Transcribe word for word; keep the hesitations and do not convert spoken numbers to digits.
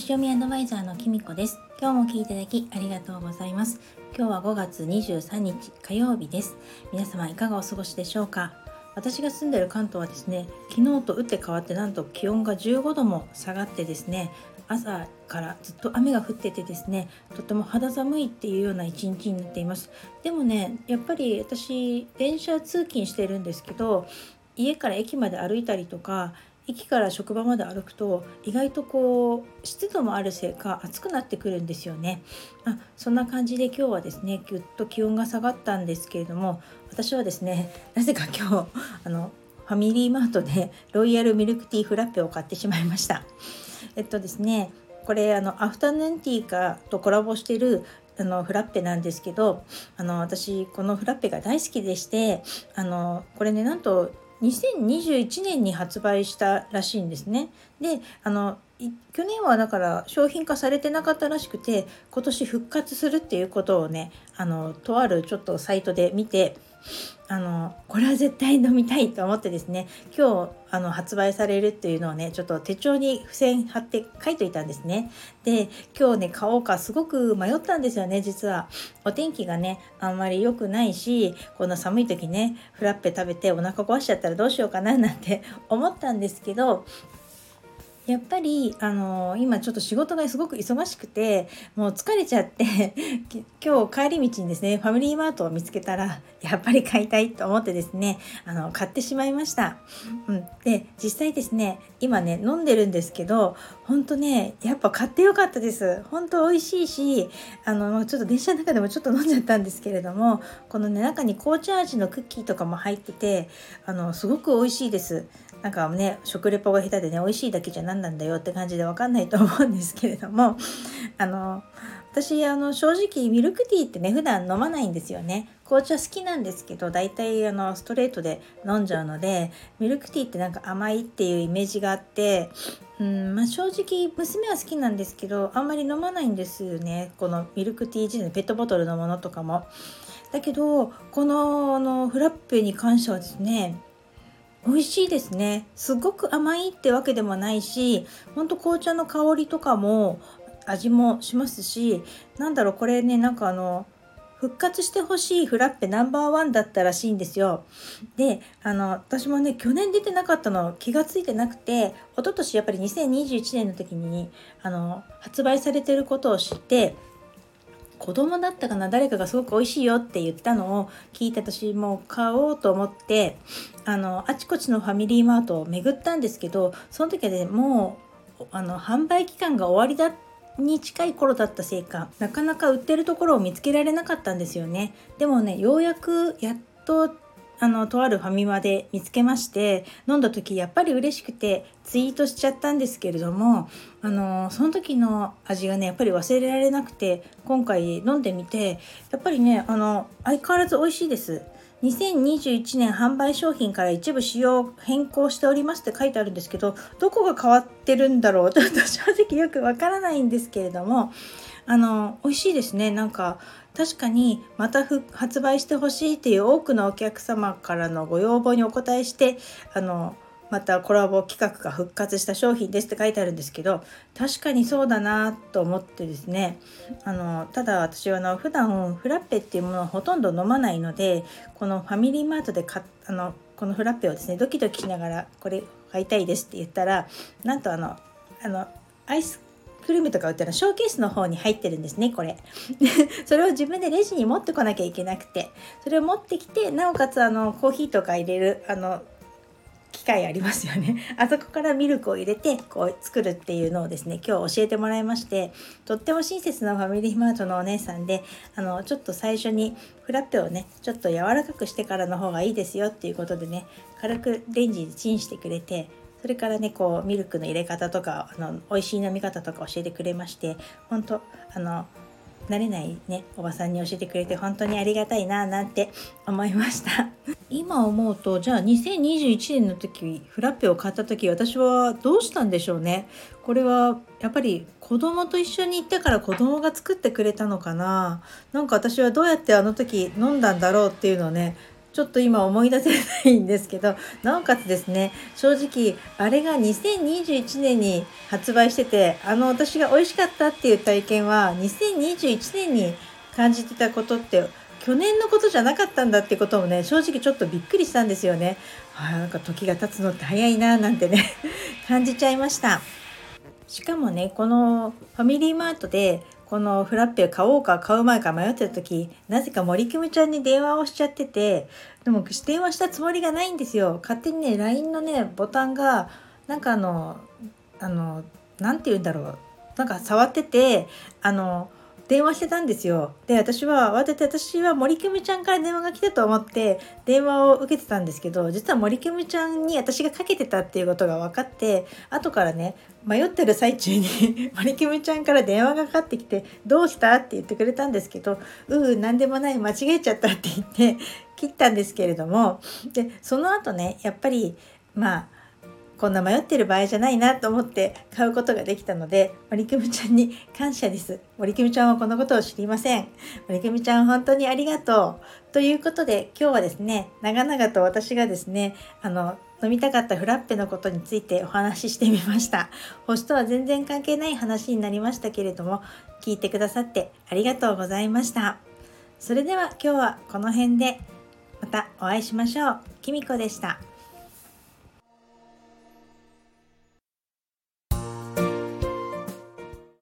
星読みアドバイザーのきみこです。今日も聞いていただきありがとうございます。今日はごがつにじゅうさんにち火曜日です。皆様いかがお過ごしでしょうか。私が住んでいる関東はですね、昨日と打って変わってなんと気温がじゅうごども下がってですね、朝からずっと雨が降っててですね、とても肌寒いっていうような一日になっています。でもね、やっぱり私電車通勤してるんですけど、家から駅まで歩いたりとか駅から職場まで歩くと意外とこう湿度もあるせいか暑くなってくるんですよね。あそんな感じで今日はですねぐっと気温が下がったんですけれども、私はですねなぜか今日あのファミリーマートでロイヤルミルクティーフラッペを買ってしまいました。えっとですねこれあのアフタヌーンティーかとコラボしているあのフラッペなんですけど、あの私このフラッペが大好きでして、あのこれねなんとにせんにじゅういちねんに発売したらしいんですね。であの去年はだから商品化されてなかったらしくて、今年復活するっていうことをねあのとあるちょっとサイトで見て、あのこれは絶対飲みたいと思ってですね、今日あの発売されるっていうのをねちょっと手帳に付箋貼って書いといたんですね。で今日ね買おうかすごく迷ったんですよね。実はお天気がねあんまり良くないし、この寒い時ねフラッペ食べてお腹壊しちゃったらどうしようかななんて思ったんですけど、やっぱりあの今ちょっと仕事がすごく忙しくてもう疲れちゃって今日帰り道にですねファミリーマートを見つけたらやっぱり買いたいと思ってですねあの買ってしまいました、うん、で実際ですね今ね飲んでるんですけど、本当ねやっぱ買ってよかったです。本当美味しいし、あのちょっと電車の中でもちょっと飲んじゃったんですけれども、このね中に紅茶味のクッキーとかも入っててあのすごく美味しいです。なんかね食レポが下手でね美味しいだけじゃ何なんだよって感じで分かんないと思うんですけれども、あの私あの正直ミルクティーってね普段飲まないんですよね。紅茶好きなんですけどだいたいあのストレートで飲んじゃうので、ミルクティーってなんか甘いっていうイメージがあって、うんまあ、正直娘は好きなんですけどあんまり飲まないんですよね。このミルクティー自体のペットボトルのものとかも。だけどこのあのフラッペに関してはですね美味しいですね。すごく甘いってわけでもないし、ほんと紅茶の香りとかも味もしますし、なんだろうこれねなんかあの復活してほしいフラッペナンバーワンだったらしいんですよ。であの私もね去年出てなかったの気がついてなくて、一昨年やっぱりにせんにじゅういちねんの時にあの発売されてることを知って、子供だったかな誰かがすごく美味しいよって言ったのを聞いて、私もう買おうと思ってあのあちこちのファミリーマートを巡ったんですけど、その時はねもうあの販売期間が終わりだに近い頃だったせいかなかなか売ってるところを見つけられなかったんですよね。でもねようやくやっとあのとあるファミマで見つけまして、飲んだ時やっぱり嬉しくてツイートしちゃったんですけれども、あのその時の味がねやっぱり忘れられなくて、今回飲んでみてやっぱりねあの相変わらず美味しいです。にせんにじゅういちねん販売商品から一部使用変更しておりますって書いてあるんですけど、どこが変わってるんだろうちょっと正直よくわからないんですけれども、あの美味しいですね。なんか確かにまた発売してほしいっていう多くのお客様からのご要望にお応えして、あのまたコラボ企画が復活した商品ですって書いてあるんですけど、確かにそうだなと思ってですね、あのただ私はあの普段フラッペっていうものをほとんど飲まないので、このファミリーマートで買あのこのフラッペをですねドキドキしながらこれ買いたいですって言ったら、なんとあのあのアイスクリームとか売ってるのショーケースの方に入ってるんですねこれそれを自分でレジに持ってこなきゃいけなくて、それを持ってきてなおかつあのコーヒーとか入れるあの機械ありますよねあそこからミルクを入れてこう作るっていうのをですね今日教えてもらいまして、とっても親切なファミリーマートのお姉さんで、あのちょっと最初にフラッペをねちょっと柔らかくしてからの方がいいですよっていうことでね軽くレンジでチンしてくれて、それからねこうミルクの入れ方とかあの美味しい飲み方とか教えてくれまして、本当あの慣れないねおばさんに教えてくれて本当にありがたいななんて思いました今思うと、じゃあにせんにじゅういちねんの時フラッペを買った時私はどうしたんでしょうね。これはやっぱり子供と一緒に行ったから子供が作ってくれたのかな。なんか私はどうやってあの時飲んだんだろうっていうのをねちょっと今思い出せないんですけど、なおかつですね、正直あれがにせんにじゅういちねんに発売してて、あの私が美味しかったっていう体験はにせんにじゅういちねんに感じてたことって去年のことじゃなかったんだってこともね、正直ちょっとびっくりしたんですよね。はい、なんか時が経つのって早いななんてね感じちゃいました。しかもね、このファミリーマートでこのフラッペを買おうか買う前か迷ってた時、なぜか森久美ちゃんに電話をしちゃってて、でも電話したつもりがないんですよ。勝手にね ライン のねボタンがなんかあのあのなんて言うんだろう、なんか触ってて、あの電話してたんですよ。で、私は慌てて、私は森久美ちゃんから電話が来たと思って電話を受けてたんですけど、実は森久美ちゃんに私がかけてたっていうことが分かって、後からね迷ってる最中に森久美ちゃんから電話がかかってきて、どうしたって言ってくれたんですけど、ううなんでもない、間違えちゃったって言って切ったんですけれども、でその後ね、やっぱりまあこんな迷ってる場合じゃないなと思って買うことができたので、森久美ちゃんに感謝です。森久美ちゃんはこのことを知りません。森久美ちゃん本当にありがとう。ということで今日はですね、長々と私がですね、あの飲みたかったフラッペのことについてお話ししてみました。星とは全然関係ない話になりましたけれども、聞いてくださってありがとうございました。それでは今日はこの辺でまたお会いしましょう。きみこでした。